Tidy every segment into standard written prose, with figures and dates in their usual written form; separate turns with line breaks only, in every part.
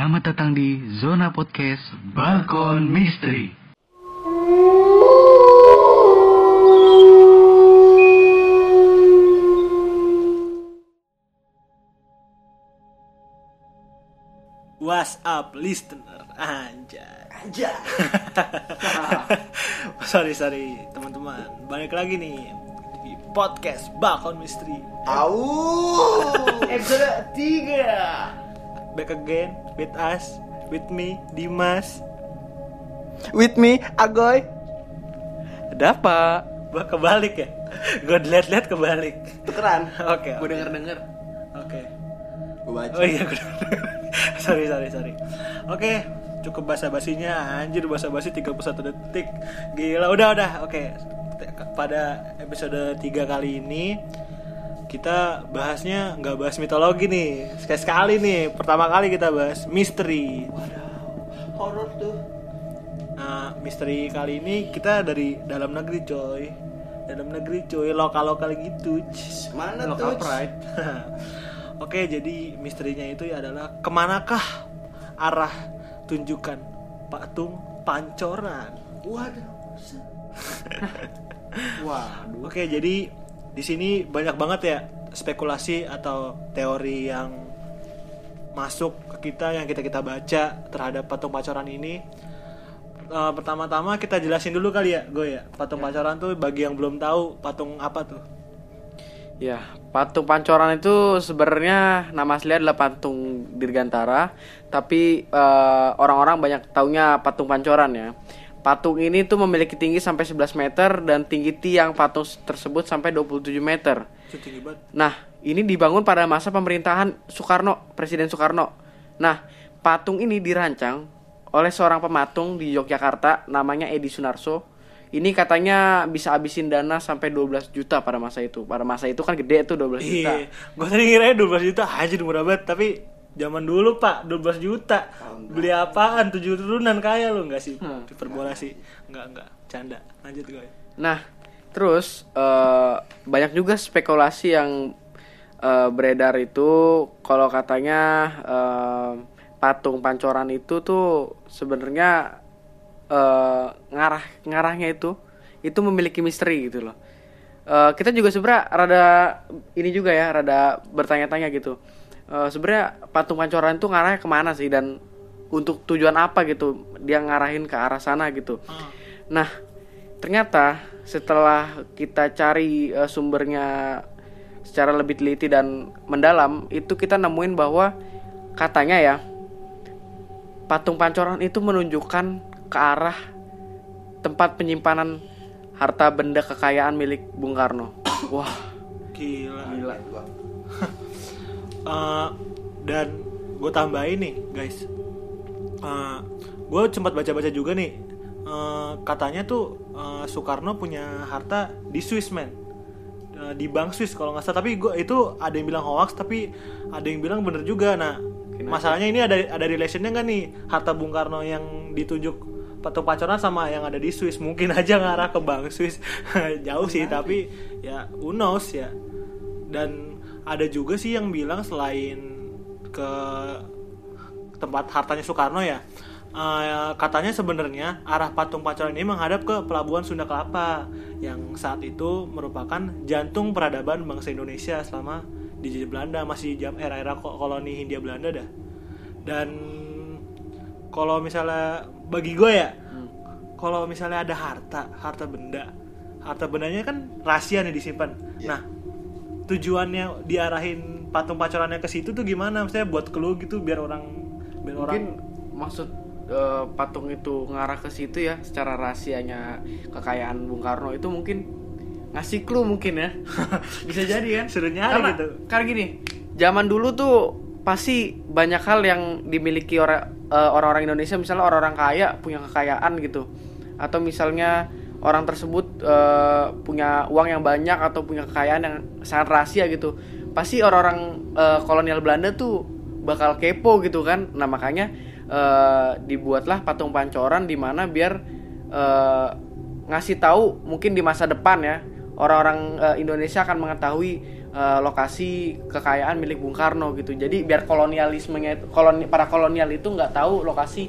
Selamat datang di Zona Podcast Balkon Misteri.
What's up listener? Anjay. sorry teman-teman. Balik lagi nih di podcast Balkon Misteri. Episode 3. Back again with us, with me Dimas,
with me Agoy.
Ada apa?
Gua kebalik ya. Gua lihat kebalik.
Tukeran.
Oke.
Gue denger.
Oke.
Gue baca.
Oh iya, gue sorry. Oke, cukup basa-basinya. Anjir, basa-basi 31 detik. Gila, udah. Oke. Pada episode 3 kali ini kita bahasnya nggak bahas mitologi nih. Sekali nih, pertama kali kita bahas misteri.
Horor tuh.
Nah, misteri kali ini kita dari dalam negeri coy. Lokal gitu.
Mana
Lokal
tuh?
pride. Oke, jadi misterinya itu adalah kemanakah arah tunjukan patung pancoran.
Waduh.
Oke, jadi di sini banyak banget ya spekulasi atau teori yang masuk ke kita yang kita baca terhadap patung pancoran ini. Pertama-tama kita jelasin dulu kali ya, Go ya. Patung pancoran tuh bagi yang belum tahu patung apa tuh?
Ya, patung pancoran itu sebenarnya nama aslinya adalah patung Dirgantara, tapi orang-orang banyak taunya patung pancoran ya. Patung ini tuh memiliki tinggi sampai 11 meter dan tinggi tiang patung tersebut sampai 27 meter.
Itu tinggi banget.
Nah, ini dibangun pada masa pemerintahan Presiden Soekarno. Nah, patung ini dirancang oleh seorang pematung di Yogyakarta namanya Edi Sunarso. Ini katanya bisa habisin dana sampai 12 juta pada masa itu. Pada masa itu kan gede tuh 12 juta.
Iya, gue tadi ngiranya 12 juta anjir murah banget, tapi zaman dulu Pak 12 juta. Beli apaan? 7 turunan kaya lu enggak sih? Hiperbolasi. Enggak, canda. Lanjut gue.
Nah, terus banyak juga spekulasi yang beredar itu kalau katanya patung pancoran itu tuh sebenarnya ngarahnya itu memiliki misteri gitu loh. Kita juga sebenarnya rada bertanya-tanya gitu. Sebenarnya patung pancoran itu ngarahnya kemana sih dan untuk tujuan apa gitu dia ngarahin ke arah sana gitu. Nah, ternyata setelah kita cari sumbernya secara lebih teliti dan mendalam, itu kita nemuin bahwa katanya ya patung pancoran itu menunjukkan ke arah tempat penyimpanan harta benda kekayaan milik Bung Karno. Wah,
gila. Dan gue tambahin nih guys, gue sempat baca-baca juga nih, katanya tuh Soekarno punya harta di Swiss man, di bank Swiss kalau nggak salah. Tapi gue itu ada yang bilang hoax, tapi ada yang bilang bener juga. Nah, masalahnya ini ada relationnya nggak nih harta Bung Karno yang ditunjuk patung pancoran sama yang ada di Swiss? Mungkin aja ngarah ke bank Swiss. Jauh sih, tapi ya who knows ya. Dan ada juga sih yang bilang selain ke tempat hartanya Soekarno ya, katanya sebenarnya arah patung pancoran ini menghadap ke pelabuhan Sunda Kelapa yang saat itu merupakan jantung peradaban bangsa Indonesia selama dijajah Belanda, masih era-era koloni Hindia Belanda dah. Dan kalau misalnya bagi gue ya, kalau misalnya ada harta bendanya kan rahasia nih disimpan. Nah, tujuannya diarahin patung pancorannya ke situ tuh gimana? Maksudnya buat clue gitu biar orang
maksud patung itu ngarah ke situ ya secara rahasianya kekayaan Bung Karno itu mungkin ngasih clue mungkin ya. Bisa jadi kan?
Suruh nyari gitu.
Karena gini, zaman dulu tuh pasti banyak hal yang dimiliki orang-orang Indonesia, misalnya orang-orang kaya punya kekayaan gitu. Atau misalnya orang tersebut punya uang yang banyak atau punya kekayaan yang sangat rahasia gitu. Pasti orang-orang kolonial Belanda tuh bakal kepo gitu kan. Nah, makanya dibuatlah patung pancoran di mana biar ngasih tahu mungkin di masa depan ya orang-orang Indonesia akan mengetahui lokasi kekayaan milik Bung Karno gitu. Jadi biar kolonialismenya para kolonial itu nggak tahu lokasi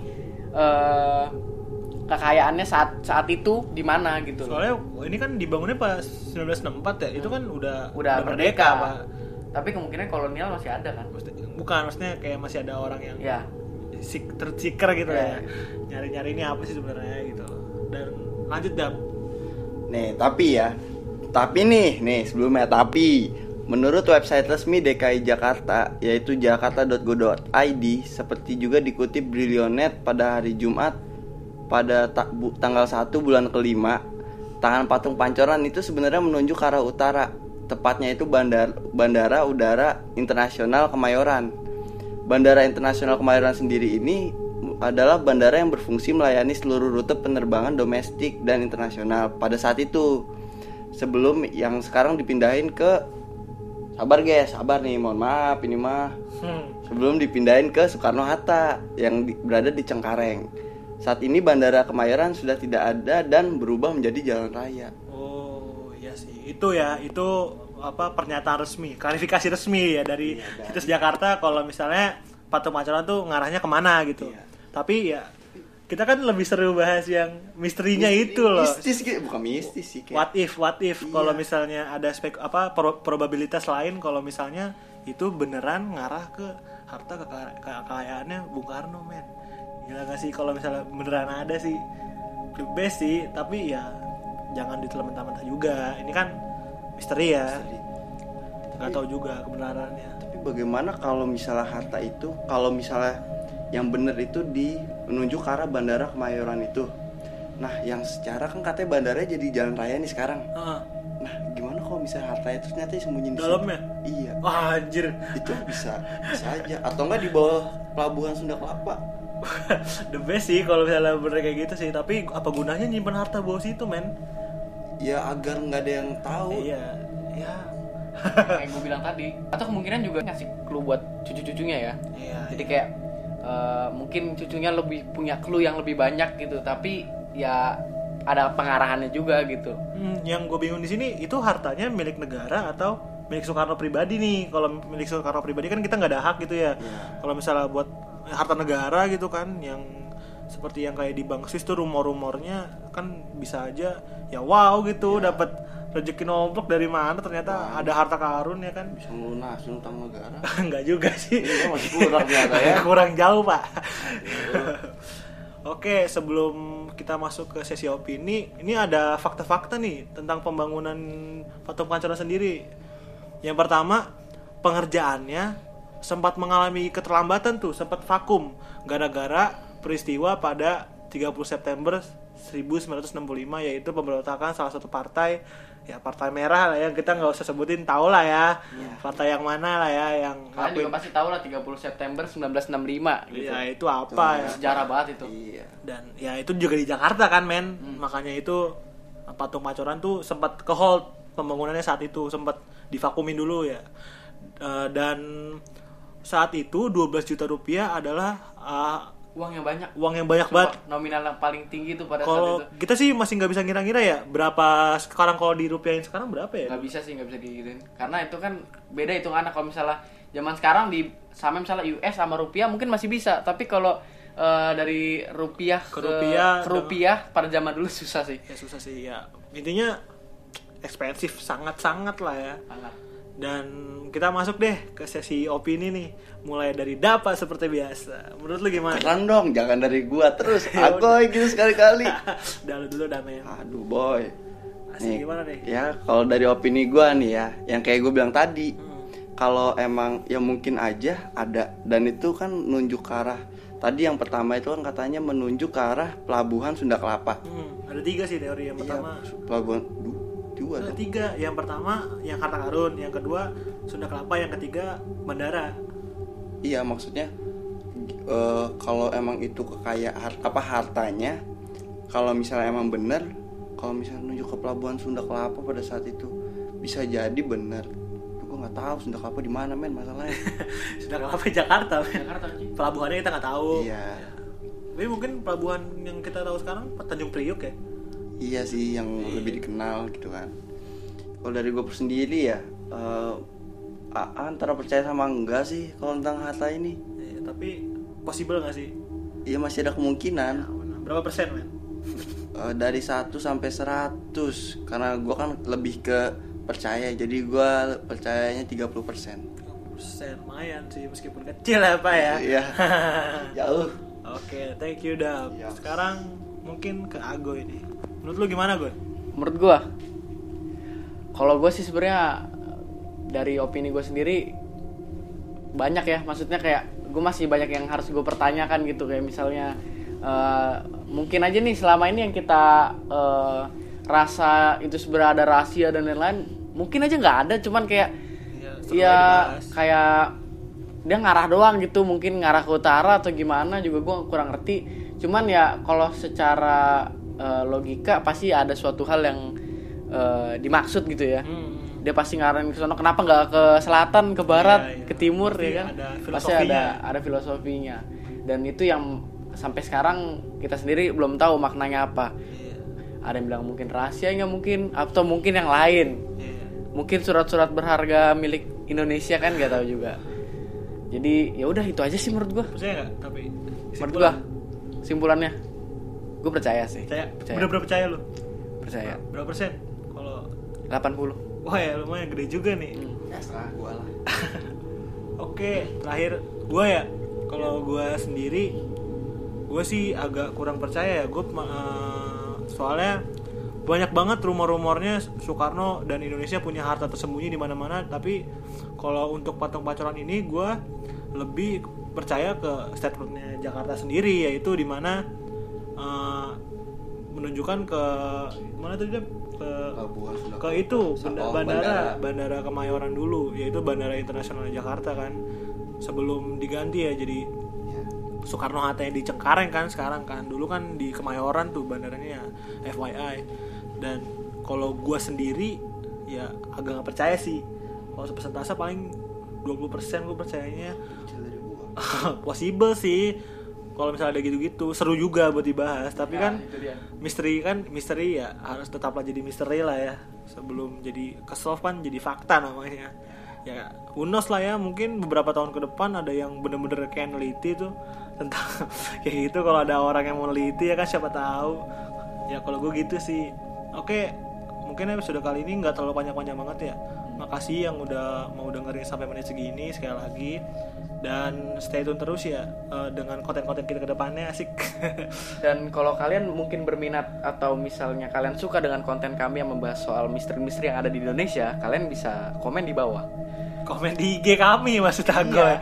kekayaannya saat itu di mana gitu.
Soalnya ini kan dibangunnya pas 1964 ya, itu kan udah
merdeka,
Pak.
Tapi kemungkinan kolonial masih ada kan?
Maksudnya kayak masih ada orang yang
Ya.
tersiker gitu ya. Nyari-nyari ini apa sih sebenarnya gitu. Dan lanjut Dap.
Nih, tapi nih sebelumnya menurut website resmi DKI Jakarta yaitu jakarta.go.id seperti juga dikutip Brilionet pada hari Jumat pada tanggal 1 bulan kelima, tangan patung Pancoran itu sebenarnya menunjuk ke arah utara, tepatnya itu Bandara Udara Internasional Kemayoran. Bandara Internasional Kemayoran sendiri ini adalah bandara yang berfungsi melayani seluruh rute penerbangan domestik dan internasional pada saat itu. Sebelum yang sekarang dipindahin ke sabar nih, mohon maaf ini mah. Sebelum dipindahin ke Soekarno-Hatta yang berada di Cengkareng. Saat ini Bandara Kemayoran sudah tidak ada dan berubah menjadi jalan raya.
Oh, iya sih. Itu pernyataan resmi, klarifikasi resmi ya dari situs Jakarta kalau misalnya patung Pancoran tuh ngarahnya kemana gitu.
Iya.
Tapi ya kita kan lebih seru bahas yang misterinya itu loh.
Mistis gitu, bukan mistis sih kayak.
What if
Iya.
kalau misalnya ada probabilitas lain kalau misalnya itu beneran ngarah ke harta kekayaannya Bung Karno, men. Gila gak sih kalau misalnya beneran ada sih, the best sih. Tapi ya jangan ditelan mentah-mentah juga. Ini kan misteri ya. Nggak tahu juga kebenarannya.
Tapi bagaimana kalau misalnya harta itu, kalau misalnya yang bener itu menunjuk ke arah Bandara Kemayoran itu. Nah, yang secara kan katanya bandaranya jadi jalan raya nih sekarang. Nah, gimana kalau misalnya harta itu ternyata sembunyi di
Dalamnya?
situ? Iya.
Wah, anjir.
Itu bisa aja. Atau enggak di bawah pelabuhan Sunda Kelapa.
The best sih kalau misalnya bener kayak gitu sih. Tapi apa gunanya nyimpan harta bawah situ, men?
Ya agar nggak ada yang tahu.
Iya. Ya.
Kayak gue bilang tadi. Atau kemungkinan juga ngasih clue buat cucu-cucunya ya.
Iya.
Jadi kayak mungkin cucunya lebih punya clue yang lebih banyak gitu. Tapi ya ada pengarahannya juga gitu.
Yang gue bingung di sini itu hartanya milik negara atau milik Soekarno pribadi nih. Kalau milik Soekarno pribadi kan kita nggak ada hak gitu ya. Kalau misalnya buat harta negara gitu kan, yang seperti yang kayak di Bank Swiss tuh rumor-rumornya kan bisa aja ya wow gitu dapat rezeki nomplok dari mana ternyata ada harta karun ya kan.
Bisa ngelunasin utang negara.
Enggak juga sih.
Ini masih kurang ternyata ya.
Kurang jauh, Pak. Oke, sebelum kita masuk ke sesi opini, ini ada fakta-fakta nih tentang pembangunan patung Pancoran sendiri. Yang pertama, pengerjaannya sempat mengalami keterlambatan tuh, sempat vakum gara-gara peristiwa pada 30 September 1965, yaitu pemberontakan salah satu partai, ya Partai Merah lah, yang kita nggak usah sebutin, tahu lah ya, partai yang mana lah ya, yang
Kalian juga pasti tahu lah 30 September 1965 gitu.
ya itu apa ya,
Sejarah banget itu.
Iya.
dan ya itu juga di Jakarta kan, men. Makanya itu patung Pancoran tuh sempat ke hold pembangunannya saat itu, sempat divakumin dulu ya. Dan saat itu 12 juta rupiah adalah
Uang yang banyak.
uang yang banyak
Sumpah,
banget.
nominal yang paling tinggi tuh pada
Kalau
saat itu.
kita sih masih nggak bisa ngira-ngira ya berapa sekarang, kalau dirupiahin sekarang berapa ya?
Nggak bisa digituin. Karena itu kan beda hitungannya. Kalau misalnya zaman sekarang sama misalnya US sama rupiah mungkin masih bisa. Tapi kalau dari rupiah ke rupiah pada zaman dulu susah sih.
Ya susah sih ya. Intinya ekspensif sangat-sangat lah ya.
Sangat.
Dan kita masuk deh ke sesi opini nih. Mulai dari Dapa seperti biasa. Menurut lu gimana?
Keren dong, jangan dari gua terus. Agoy gitu sekali-kali.
Udah lu dulu Damen.
Aduh boy.
Asik gimana nih?
Ya kalau dari opini gua nih ya, yang kayak gue bilang tadi, kalau emang ya mungkin aja ada, dan itu kan nunjuk ke arah. Tadi yang pertama itu kan katanya menunjuk ke arah pelabuhan Sunda Kelapa.
Ada 3 sih teori. Yang pertama
Pelabuhan dua
ada
dong.
3. Yang pertama yang harta karun, yang kedua Sunda Kelapa, yang ketiga bandara.
Iya maksudnya kalau emang itu kekayaan hartanya, kalau misalnya emang bener, kalau misalnya nunjuk ke pelabuhan Sunda Kelapa pada saat itu bisa jadi bener. Gue nggak tahu Sunda Kelapa di mana, men, masalahnya.
Sunda Kelapa Jakarta, men.
Jakarta sih.
Pelabuhannya kita nggak tahu.
Iya.
Tapi mungkin pelabuhan yang kita tahu sekarang Tanjung Priuk ya.
Iya sih yang lebih dikenal gitu kan. Kalau dari gue sendiri ya, Antara percaya sama enggak sih kalau tentang harta ini.
Ya, tapi possible nggak sih?
Iya masih ada kemungkinan.
Berapa persen men?
Dari 1 sampai 100. Karena gue kan lebih ke percaya. Jadi gue percayanya 30%.
30% lumayan sih meskipun kecil ya Pak ya.
Iya. Jauh.
Oke, thank you Dap.
Iya.
Sekarang mungkin ke Ago ini. Menurut lu gimana Go?
Menurut gue, kalau gue sih sebenarnya dari opini gue sendiri banyak ya, maksudnya kayak gue masih banyak yang harus gue pertanyakan gitu, kayak misalnya mungkin aja nih selama ini yang kita rasa itu sebenarnya ada rahasia dan lain-lain, mungkin aja nggak ada, cuman kayak ya kayak dia ngarah doang gitu, mungkin ngarah ke utara atau gimana juga gue kurang ngerti. Cuman ya kalau secara logika pasti ada suatu hal yang dimaksud gitu ya. Dia pasti ngarahin ke sono, kenapa nggak ke selatan, ke barat, ke timur pasti ya kan? Pasti ada filosofinya. Dan itu yang sampai sekarang kita sendiri belum tahu maknanya apa. Ada yang bilang mungkin rahasia, nggak mungkin, atau mungkin yang lain. Mungkin surat-surat berharga milik Indonesia kan, nggak tahu juga. Jadi ya udah itu aja sih menurut gua.
Percaya nggak? Tapi
menurut gua simpulannya, gua percaya sih.
Percaya. Bener-bener percaya lu?
Percaya.
Berapa persen? Kalau
80.
wah ya lumayan gede juga nih.
Ya serah gue lah.
Oke, terakhir gue ya. Kalau gue sendiri, gue sih agak kurang percaya ya. Gue soalnya banyak banget rumor-rumornya Soekarno dan Indonesia punya harta tersembunyi di mana-mana. Tapi kalau untuk patung pacoran ini, gue lebih percaya ke statementnya Jakarta sendiri, yaitu di mana menunjukkan ke mana tadi dia ke itu bandara Kemayoran dulu, yaitu Bandara Internasional Jakarta kan, sebelum diganti ya jadi Soekarno Hatta di Cengkareng kan sekarang kan. Dulu kan di Kemayoran tuh bandaranya, FYI. Dan kalau gue sendiri ya agak gak percaya sih. Kalau persentase paling 20% gue percayanya. Possible sih. Kalau misalnya ada gitu-gitu, seru juga buat dibahas. Tapi kan misteri ya harus tetaplah jadi misteri lah ya. Sebelum jadi ke-solve kan jadi fakta namanya. Ya who knows lah ya, mungkin beberapa tahun ke depan ada yang bener-bener kayak neliti tuh tentang kayak gitu. Kalau ada orang yang mau neliti ya kan, siapa tahu. Ya kalau gue gitu sih. Oke, mungkin episode kali ini gak terlalu panjang-panjang banget ya. Makasih yang udah mau dengerin sampai menit segini sekali lagi. Dan stay tune terus ya dengan konten-konten kita ke depannya, asik.
Dan kalau kalian mungkin berminat atau misalnya kalian suka dengan konten kami yang membahas soal misteri-misteri yang ada di Indonesia, kalian bisa komen di bawah.
Komen di IG kami maksud aku. Iya.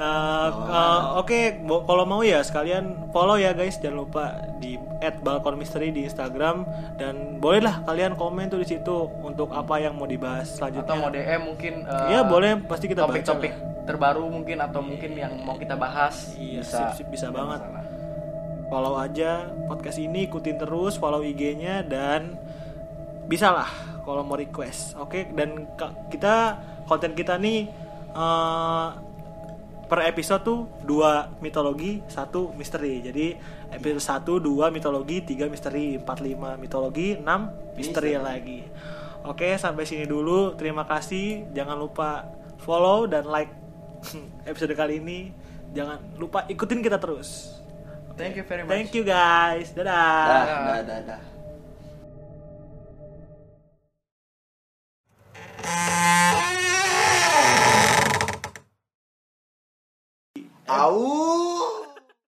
Oke, kalau mau ya sekalian follow ya guys, jangan lupa di @balkonmisteri di Instagram, dan bolehlah kalian komen tuh di situ untuk apa yang mau dibahas selanjutnya.
Atau mau DM mungkin.
Iya boleh, pasti kita
topik-topik
baca
terbaru mungkin, atau mungkin yang mau kita bahas.
Iya, bisa banget. Follow aja podcast ini, ikutin terus, follow IG-nya, dan bisalah kalau mau request. Oke, dan kita konten kita nih per episode tuh 2 mitologi, 1 misteri. Jadi episode 1 2 mitologi, 3 misteri, 4 5 mitologi, 6 misteri lagi. Oke, sampai sini dulu. Terima kasih. Jangan lupa follow dan like episode kali ini. Jangan lupa ikutin kita terus.
Thank you very much.
Thank you guys. Dadah.
Dadah. Au.